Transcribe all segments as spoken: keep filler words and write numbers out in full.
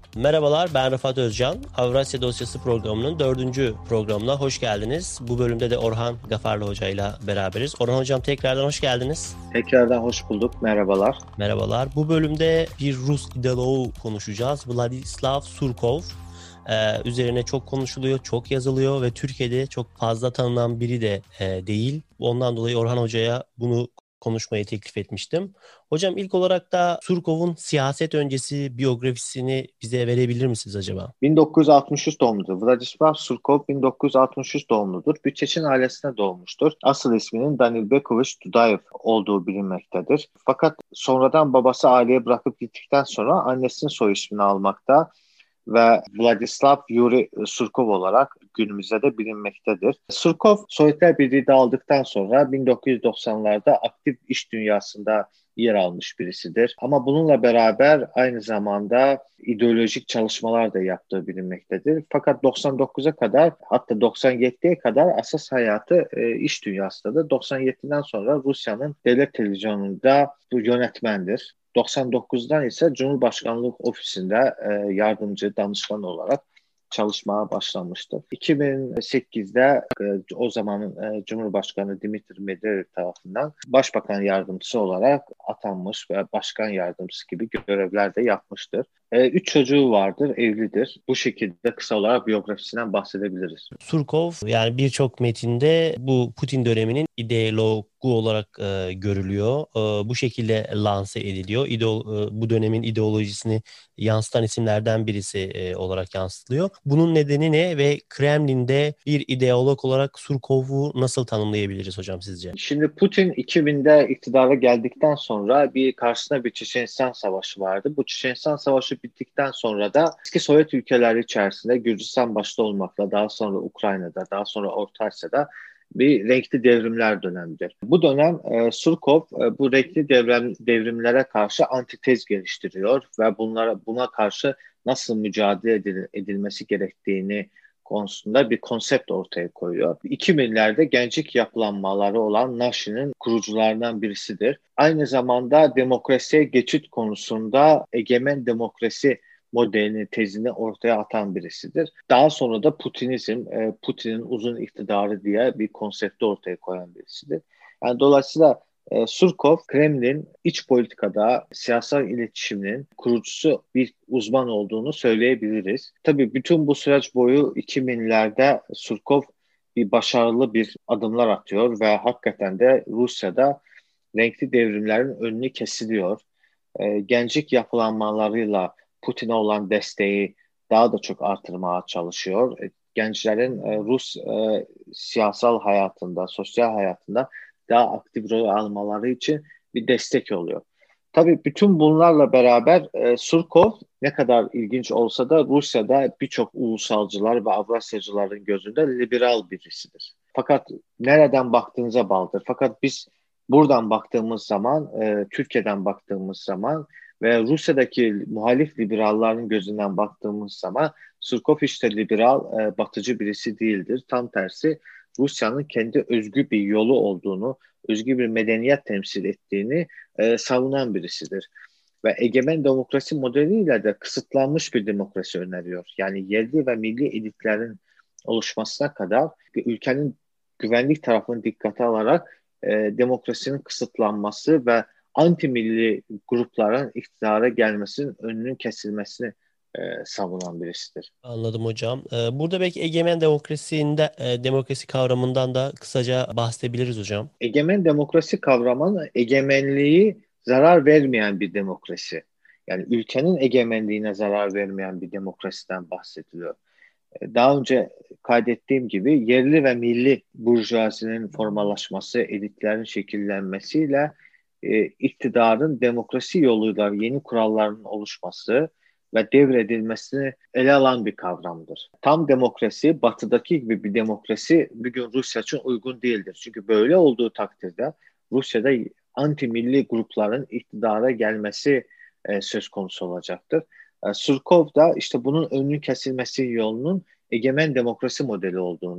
Merhabalar, ben Rıfat Özcan. Avrasya Dosyası programının dördüncü programına hoş geldiniz. Bu bölümde de Orhan Gafarlı Hoca ile beraberiz. Orhan Hocam tekrardan hoş geldiniz. Tekrardan hoş bulduk. Merhabalar. Merhabalar. Bu bölümde bir Rus ideoloğu konuşacağız. Vladislav Surkov. Ee, üzerine çok konuşuluyor, çok yazılıyor ve Türkiye'de çok fazla tanınan biri de e, değil. Ondan dolayı Orhan Hoca'ya bunu konuşmayı teklif etmiştim. Hocam ilk olarak da Surkov'un siyaset öncesi biyografisini bize verebilir misiniz acaba? bin dokuz yüz altmış üç doğumludur. Vladislav Surkov bin dokuz yüz altmış üç doğumludur. Bir Çeçen ailesine doğmuştur. Asıl isminin Danil Bekovich Dudayev olduğu bilinmektedir. Fakat sonradan babası aileyi bırakıp gittikten sonra annesinin soy ismini almakta ve Vladislav Yuri Surkov olarak günümüzde de bilinmektedir. Surkov Sovyetler Birliği dağıldıktan sonra bin dokuz yüz doksanlarda aktif iş dünyasında yer almış birisidir. Ama bununla beraber aynı zamanda ideolojik çalışmalar da yaptığı bilinmektedir. Fakat doksan dokuza kadar, hatta doksan yediye kadar asas hayatı e, iş dünyasındadır. doksan yediden sonra Rusya'nın devlet televizyonunda bu yönetmendir. doksan dokuzdan ise Cumhurbaşkanlığı Ofisi'nde e, yardımcı danışman olarak çalışmaya başlamıştı. iki bin sekizde e, o zamanın e, Cumhurbaşkanı Dmitri Medvedev tarafından Başbakan Yardımcısı olarak atanmış ve Başkan Yardımcısı gibi görevler de yapmıştır. E, üç çocuğu vardır, evlidir. Bu şekilde kısa olarak biyografisinden bahsedebiliriz. Surkov yani birçok metinde bu Putin döneminin ideologu olarak e, görülüyor. E, bu şekilde lanse ediliyor. İdeol, e, bu dönemin ideolojisini yansıtan isimlerden birisi e, olarak yansıtılıyor. Bunun nedeni ne ve Kremlin'de bir ideolog olarak Surkov'u nasıl tanımlayabiliriz hocam sizce? Şimdi Putin iki binde iktidara geldikten sonra bir karşısında bir Çeçenistan Savaşı vardı. Bu Çeçenistan Savaşı bittikten sonra da eski Sovyet ülkeleri içerisinde Gürcistan başta olmakla daha sonra Ukrayna'da, daha sonra Orta Asya'da bir renkli devrimler dönemidir. Bu dönem e, Surkov e, bu renkli devrim, devrimlere karşı antitez geliştiriyor ve bunlara buna karşı nasıl mücadele edil, edilmesi gerektiğini konusunda bir konsept ortaya koyuyor. iki binlerde gençlik yapılanmaları olan Nashi'nin kurucularından birisidir. Aynı zamanda demokrasiye geçit konusunda egemen demokrasi modelini, tezini ortaya atan birisidir. Daha sonra da Putinizm, Putin'in uzun iktidarı diye bir konsepti ortaya koyan birisidir. Yani dolayısıyla e, Surkov, Kremlin iç politikada siyasal iletişiminin kurucusu bir uzman olduğunu söyleyebiliriz. Tabii bütün bu süreç boyu iki binlerde Surkov bir başarılı bir adımlar atıyor ve hakikaten de Rusya'da renkli devrimlerin önünü kesiliyor. E, genclik yapılanmalarıyla Putin'e olan desteği daha da çok artırmaya çalışıyor. E, gençlerin e, Rus e, siyasal hayatında, sosyal hayatında daha aktif rol almaları için bir destek oluyor. Tabii bütün bunlarla beraber e, Surkov ne kadar ilginç olsa da Rusya'da birçok ulusalcılar ve Avrasyacıların gözünde liberal birisidir. Fakat nereden baktığınıza bağlıdır. Fakat biz buradan baktığımız zaman, e, Türkiye'den baktığımız zaman ve Rusya'daki muhalif liberallerin gözünden baktığımız zaman Surkov işte liberal, e, batıcı birisi değildir. Tam tersi Rusya'nın kendi özgü bir yolu olduğunu, özgü bir medeniyet temsil ettiğini e, savunan birisidir. Ve egemen demokrasi modeliyle de kısıtlanmış bir demokrasi öneriyor. Yani yerli ve milli elitlerin oluşmasına kadar ülkenin güvenlik tarafını dikkate alarak e, demokrasinin kısıtlanması ve anti milli grupların iktidara gelmesinin önünün kesilmesini e, savunan birisidir. Anladım hocam. Ee, Burada belki egemen demokrasinde, e, demokrasi kavramından da kısaca bahsedebiliriz hocam. Egemen demokrasi kavramının egemenliği zarar vermeyen bir demokrasi. Yani ülkenin egemenliğine zarar vermeyen bir demokrasiden bahsediliyor. E, Daha önce kaydettiğim gibi yerli ve milli burjuvazinin formalaşması, elitlerin şekillenmesiyle e, iktidarın demokrasi yoluyla yeni kuralların oluşması ve devredilmesini ele alan bir kavramdır. Tam demokrasi, batıdaki gibi bir demokrasi bugün Rusya için uygun değildir. Çünkü böyle olduğu takdirde Rusya'da anti milli grupların iktidara gelmesi e, söz konusu olacaktır. E, Surkov da işte bunun önünün kesilmesi yolunun egemen demokrasi modeli olduğunu,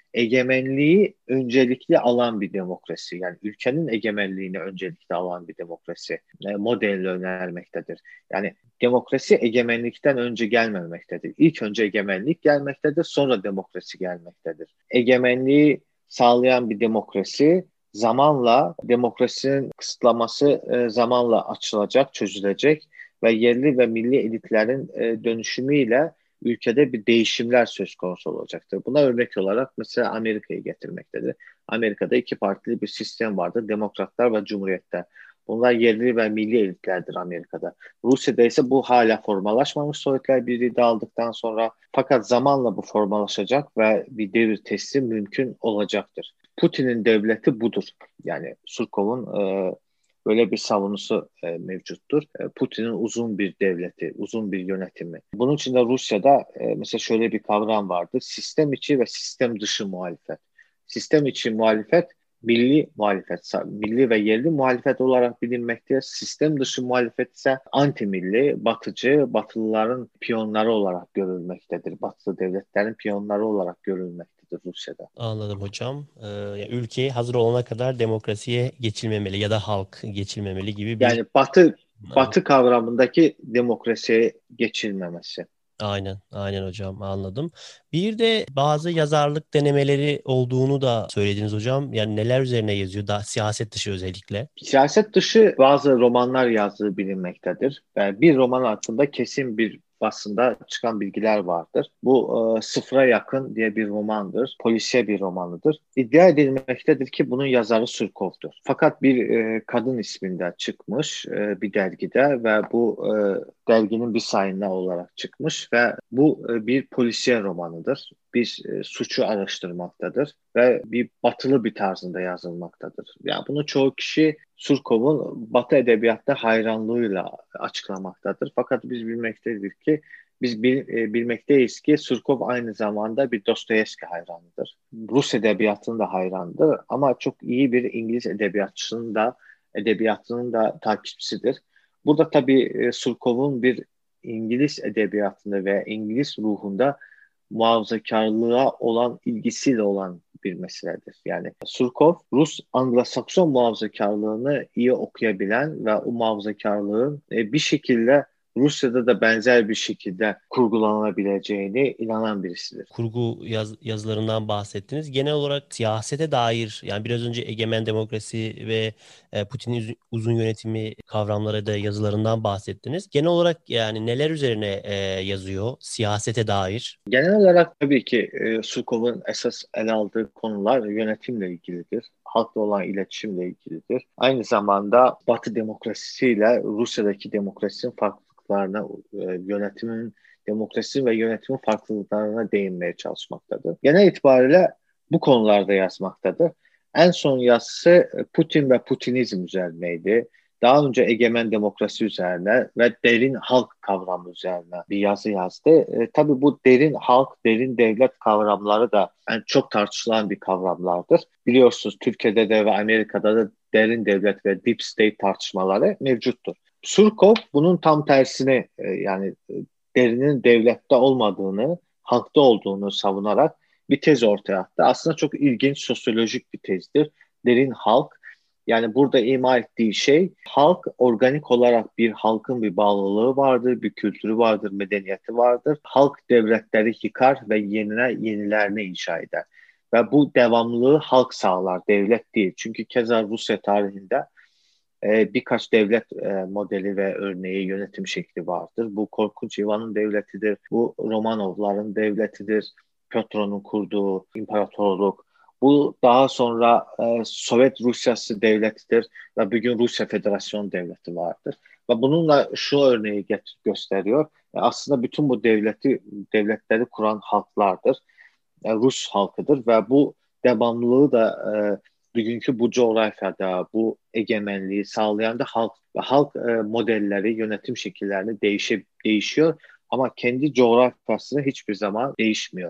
egemenliği öncelikli alan bir demokrasi. Yani ülkenin egemenliğini öncelikli alan bir demokrasi e, modelini önermektedir. Yani demokrasi egemenlikten önce gelmemektedir. İlk önce egemenlik gelmektedir, sonra demokrasi gelmektedir. Egemenliği sağlayan bir demokrasi zamanla, demokrasinin kısıtlaması e, zamanla açılacak, çözülecek ve yerli ve milli elitlerin e, dönüşümüyle ülkede bir değişimler söz konusu olacaktır. Buna örnek olarak mesela Amerika'yı getirmektedir. Amerika'da iki partili bir sistem vardır. Demokratlar ve Cumhuriyetler. Bunlar yerli ve milli elitlerdir Amerika'da. Rusya'da ise bu hala formalaşmamış, Sovyetler Birliği dağıldıktan sonra, fakat zamanla bu formalaşacak ve bir devir teslim mümkün olacaktır. Putin'in devleti budur. Yani Surkov'un e, böyle bir savunusu e, mevcuttur. E, Putin'in uzun bir devleti, uzun bir yönetimi. Bunun için de Rusya'da e, mesela şöyle bir kavram vardır. Sistem içi ve sistem dışı muhalefet. Sistem içi muhalefet milli muhalefet, milli ve yerli muhalefet olarak bilinmektedir. Sistem dışı muhalefet ise anti milli, batıcı, batılıların piyonları olarak görülmektedir. Batılı devletlerin piyonları olarak görülmektedir Rusya'da. Anladım hocam. Ee, ya ülke hazır olana kadar demokrasiye geçilmemeli ya da halk geçilmemeli gibi bir... Yani Batı Evet. Batı kavramındaki demokrasiye geçilmemesi. Aynen, aynen hocam, anladım. Bir de bazı yazarlık denemeleri olduğunu da söylediniz hocam. Yani neler üzerine yazıyor? Daha siyaset dışı özellikle. Siyaset dışı bazı romanlar yazdığı bilinmektedir. Yani bir roman hakkında kesin bir basında çıkan bilgiler vardır. Bu e, Sıfıra Yakın diye bir romandır. Polisiye bir romanıdır. İddia edilmektedir ki bunun yazarı Surkov'dur. Fakat bir e, kadın isminde çıkmış e, bir dergide ve bu e, derginin bir sayına olarak çıkmış ve bu e, bir polisiye romanıdır. Bir e, suçu araştırmaktadır ve bir batılı bir tarzında yazılmaktadır. Yani bunu çoğu kişi Surkov'un Batı edebiyatta hayranlığıyla açıklamaktadır. Fakat biz bilmektedir ki biz bil, e, bilmekteyiz ki Surkov aynı zamanda bir Dostoyevski hayranıdır. Rus edebiyatının da hayranıdır ama çok iyi bir İngiliz edebiyatçısının da edebiyatının da takipçisidir. Burada tabii e, Surkov'un bir İngiliz edebiyatında ve İngiliz ruhunda muhafazakarlığa olan ilgisiyle olan bir meseledir. Yani Surkov, Rus Anglo-Sakson muhafazakarlığını iyi okuyabilen ve o muhafazakarlığın e, bir şekilde Rusya'da da benzer bir şekilde kurgulanabileceğine inanan birisidir. Kurgu yaz, yazılarından bahsettiniz. Genel olarak siyasete dair, yani biraz önce egemen demokrasi ve e, Putin'in uz- uzun yönetimi kavramları da yazılarından bahsettiniz. Genel olarak yani neler üzerine e, yazıyor siyasete dair? Genel olarak tabii ki e, Surkov'un esas ele aldığı konular yönetimle ilgilidir. Halkla olan iletişimle ilgilidir. Aynı zamanda Batı demokrasisiyle Rusya'daki demokrasinin farklılıklarına, e, yönetimin, demokrasi ve yönetimin farklılıklarına değinmeye çalışmaktadır. Genel itibariyle bu konularda yazmaktadır. En son yazısı e, Putin ve Putinizm üzerineydi. Daha önce egemen demokrasi üzerine ve derin halk kavramı üzerine bir yazı yazdı. E, tabii bu derin halk, derin devlet kavramları da yani çok tartışılan bir kavramlardır. Biliyorsunuz Türkiye'de de ve Amerika'da da derin devlet ve deep state tartışmaları mevcuttur. Surkov bunun tam tersini e, yani e, derinin devlette olmadığını, halkta olduğunu savunarak bir tez ortaya attı. Aslında çok ilginç sosyolojik bir tezdir. Derin halk, yani burada ima ettiği şey halk organik olarak bir halkın bir bağlılığı vardır, bir kültürü vardır, medeniyeti vardır. Halk devletleri yıkar ve yenine yenilerini inşa eder. Ve bu devamlılığı halk sağlar, devlet değil. Çünkü keza Rusya tarihinde e, birkaç devlet e, modeli ve örneği yönetim şekli vardır. Bu Korkunç Ivan'ın devletidir, bu Romanovların devletidir, Petro'nun kurduğu imparatorluk. Bu daha sonra e, Sovyet Rusyası devletidir ve bugün Rusya Federasyon Devleti vardır. Ve bununla şu örneği get- gösteriyor. E, aslında bütün bu devleti devletleri kuran halklardır. E, Rus halkıdır ve bu devamlılığı da e, bugünkü bu coğrafyada bu egemenliği sağlayan da halk ve halk e, modelleri, yönetim şekillerini değişe, değişiyor ama kendi coğrafyası hiçbir zaman değişmiyor.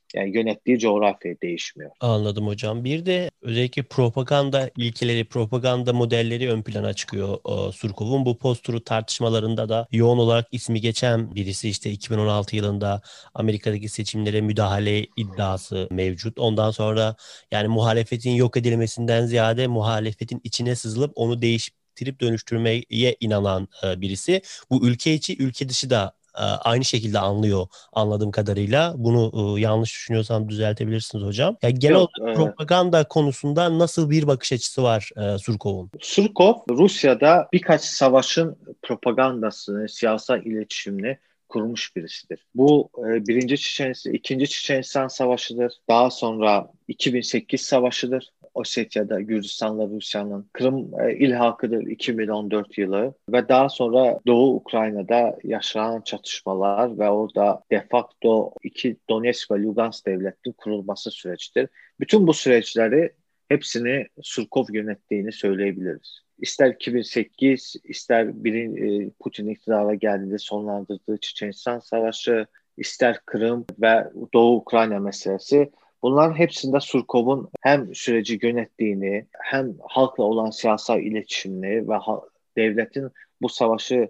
Yani yönettiği coğrafya değişmiyor. Anladım hocam. Bir de özellikle propaganda ilkeleri, propaganda modelleri ön plana çıkıyor e, Surkov'un. Bu post-truth tartışmalarında da yoğun olarak ismi geçen birisi, işte iki bin on altı yılında Amerika'daki seçimlere müdahale iddiası mevcut. Ondan sonra yani muhalefetin yok edilmesinden ziyade muhalefetin içine sızılıp onu değiştirip dönüştürmeye inanan e, birisi. Bu ülke içi, ülke dışı da e, aynı şekilde anlıyor anladığım kadarıyla. Bunu e, yanlış düşünüyorsam düzeltebilirsiniz hocam. Ya genel Yok, olarak e, propaganda konusunda nasıl bir bakış açısı var e, Surkov'un? Surkov Rusya'da birkaç savaşın propagandasını, siyasal iletişimini kurmuş birisidir. Bu e, birinci Çeçenistan, ikinci Çeçenistan Savaşı'dır. Daha sonra iki bin sekiz Savaşı'dır. Ossetya'da Gürcistan'la Rusya'nın Kırım e, ilhakıdır iki bin on dört yılı ve daha sonra Doğu Ukrayna'da yaşanan çatışmalar ve orada de facto iki Donetsk ve Lugansk devletinin kurulması sürecidir. Bütün bu süreçleri hepsini Surkov yönettiğini söyleyebiliriz. İster iki bin sekiz, ister birin, e, Putin iktidara geldiğinde sonlandırdığı Çeçenistan Savaşı, ister Kırım ve Doğu Ukrayna meselesi. Bunların hepsinde Surkov'un hem süreci yönettiğini, hem halkla olan siyasal iletişimini ve ha- devletin bu savaşı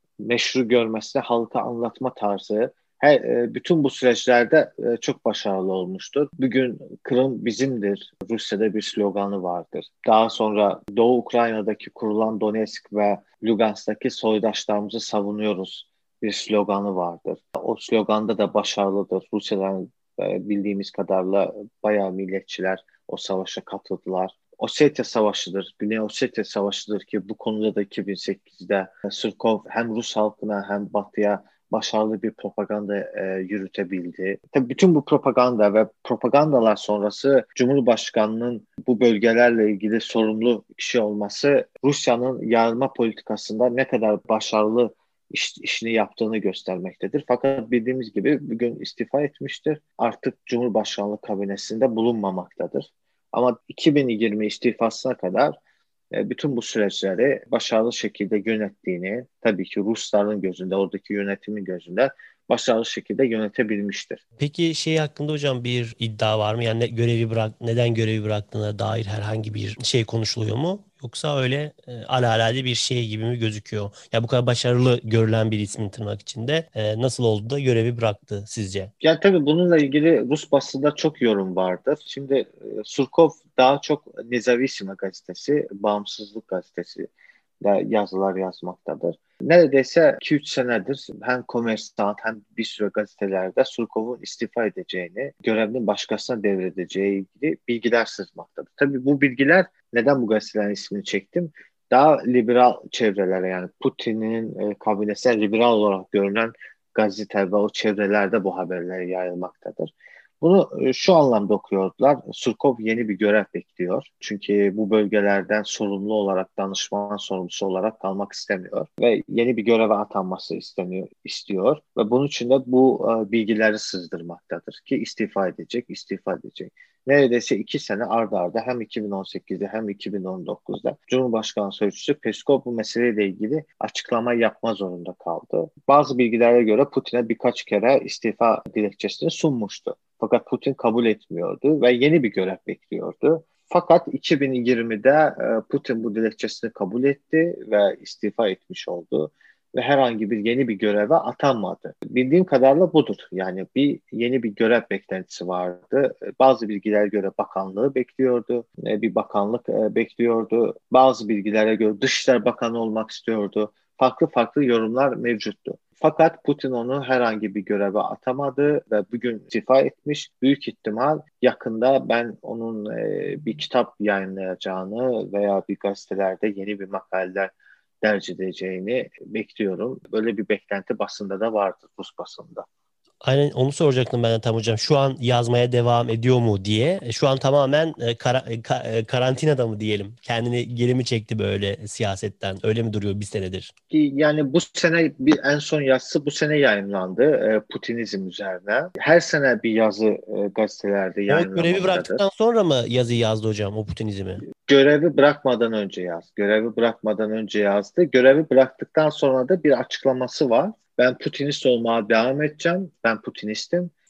meşru görmesine halka anlatma tarzı her, e, bütün bu süreçlerde e, çok başarılı olmuştur. Bugün Kırım bizimdir. Rusya'da bir sloganı vardır. Daha sonra Doğu Ukrayna'daki kurulan Donetsk ve Lugansk'taki soydaşlarımızı savunuyoruz bir sloganı vardır. O sloganda da başarılıdır. Rusya'dan e, bildiğimiz kadarıyla bayağı milliyetçiler o savaşa katıldılar. Ossetya Savaşı'dır, Güney Ossetya Savaşı'dır ki bu konuda da iki bin sekizde Surkov hem Rus halkına hem Batı'ya başarılı bir propaganda e, yürütebildi. Tabii bütün bu propaganda ve propagandalar sonrası Cumhurbaşkanı'nın bu bölgelerle ilgili sorumlu kişi olması Rusya'nın yayılma politikasında ne kadar başarılı iş, işini yaptığını göstermektedir. Fakat bildiğimiz gibi bugün istifa etmiştir. Artık Cumhurbaşkanlığı kabinesinde bulunmamaktadır. Ama iki bin yirmi istifasına kadar e, bütün bu süreçleri başarılı şekilde yönettiğini, tabii ki Rusların gözünde, oradaki yönetimin gözünde başarılı şekilde yönetebilmiştir. Peki şey hakkında hocam bir iddia var mı? Yani ne- görevi bırak, neden görevi bıraktığına dair herhangi bir şey konuşuluyor mu? Yoksa öyle e, alelade bir şey gibi mi gözüküyor? Ya bu kadar başarılı görülen bir ismin tırnak içinde e, nasıl oldu da görevi bıraktı sizce? Yani tabii bununla ilgili Rus basında çok yorum vardır. Şimdi e, Surkov daha çok Nezavisima gazetesi, bağımsızlık gazetesi de yazılar yazmaktadır. Neredeyse iki üç senedir hem Kommersant hem bir sürü gazetelerde Surkov'un istifa edeceğini, görevini başkasına devredeceği ilgili bilgiler sızmaktadır. Tabii bu bilgiler neden bu gazetelerin ismini çektim? Daha liberal çevrelere, yani Putin'in e, kabinesine liberal olarak görünen gazete ve o çevrelerde bu haberler yayılmaktadır. Bunu e, şu anlamda okuyorlar. Surkov yeni bir görev bekliyor. Çünkü bu bölgelerden sorumlu olarak, danışman sorumlusu olarak kalmak istemiyor. Ve yeni bir göreve atanması isteniyor, istiyor. Ve bunun için de bu e, bilgileri sızdırmaktadır. Ki istifa edecek, istifa edecek. Neredeyse iki sene arda arda hem iki bin on sekizde hem iki bin on dokuzda Cumhurbaşkanı Sözcüsü Peskov bu meseleyle ilgili açıklama yapma zorunda kaldı. Bazı bilgilere göre Putin'e birkaç kere istifa dilekçesini sunmuştu. Fakat Putin kabul etmiyordu ve yeni bir görev bekliyordu. Fakat iki bin yirmide e, Putin bu dilekçesini kabul etti ve istifa etmiş oldu ve herhangi bir yeni bir göreve atanmadı. Bildiğim kadarıyla budur. Yani bir yeni bir görev beklentisi vardı. Bazı bilgilere göre bakanlığı bekliyordu. E, Bir bakanlık e, bekliyordu. Bazı bilgilere göre Dışişleri Bakanı olmak istiyordu. Farklı farklı yorumlar mevcuttu. Fakat Putin onu herhangi bir göreve atamadı ve bugün istifa etmiş. Büyük ihtimal yakında ben onun e, bir kitap yayınlayacağını veya bir gazetelerde yeni bir makaleler tercih edeceğini bekliyorum. Böyle bir beklenti basında da vardır, Rus basında. Aynen onu soracaktım ben de tam hocam. Şu an yazmaya devam ediyor mu diye. E, Şu an tamamen e, kara- e, ka- e, karantinada mı diyelim? Kendini geri mi çekti böyle siyasetten? Öyle mi duruyor bir senedir? Ki yani bu sene bir en son yazısı bu sene yayınlandı e, Putinizm üzerine. Her sene bir yazı e, gazetelerde O görevi yayınlamaktadır. bıraktıktan sonra mı yazı yazdı hocam o Putinizmi? Görevi bırakmadan önce yaz. Görevi bırakmadan önce yazdı. Görevi bıraktıktan sonra da bir açıklaması var. Ben Putinist olmaya devam edeceğim. Ben Putinistim.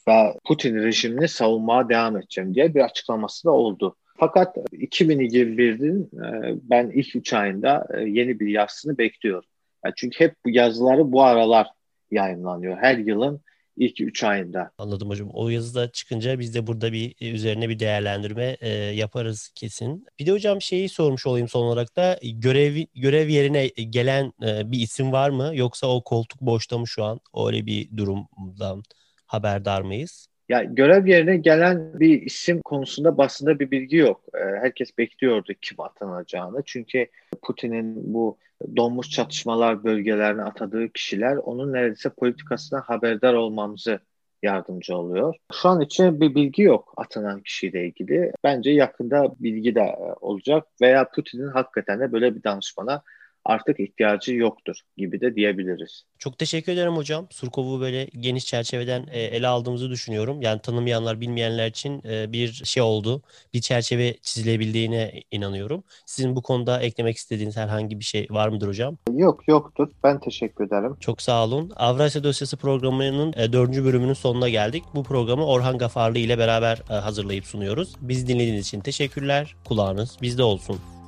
ve Putin rejimini savunmaya devam edeceğim diye bir açıklaması da oldu. Fakat iki bin yirmi birin ben ilk üç ayında yeni bir yazısını bekliyorum. Yani çünkü hep bu yazıları bu aralar yayınlanıyor. Her yılın ilk üç ayında. Anladım hocam. O yazıda çıkınca biz de burada bir üzerine bir değerlendirme e, yaparız kesin. Bir de hocam şeyi sormuş olayım son olarak da görev görev yerine gelen e, bir isim var mı? Yoksa o koltuk boşta mı şu an? Öyle bir durumdan haberdar mıyız? Ya görev yerine gelen bir isim konusunda basında bir bilgi yok. Ee, herkes bekliyordu kim atanacağını. Çünkü Putin'in bu donmuş çatışmalar bölgelerine atadığı kişiler onun neredeyse politikasına haberdar olmamızı yardımcı oluyor. Şu an için bir bilgi yok atanan kişiyle ilgili. Bence yakında bilgi de olacak veya Putin'in hakikaten de böyle bir danışmana artık ihtiyacı yoktur gibi de diyebiliriz. Çok teşekkür ederim hocam. Surkov'u böyle geniş çerçeveden e, ele aldığımızı düşünüyorum. Yani tanımayanlar, bilmeyenler için e, bir şey oldu. Bir çerçeve çizilebildiğine inanıyorum. Sizin bu konuda eklemek istediğiniz herhangi bir şey var mıdır hocam? Yok yoktur. Ben teşekkür ederim. Çok sağ olun. Avrasya Dosyası programının e, dördüncü bölümünün sonuna geldik. Bu programı Orhan Gafarlı ile beraber e, hazırlayıp sunuyoruz. Bizi dinlediğiniz için teşekkürler. Kulağınız bizde olsun.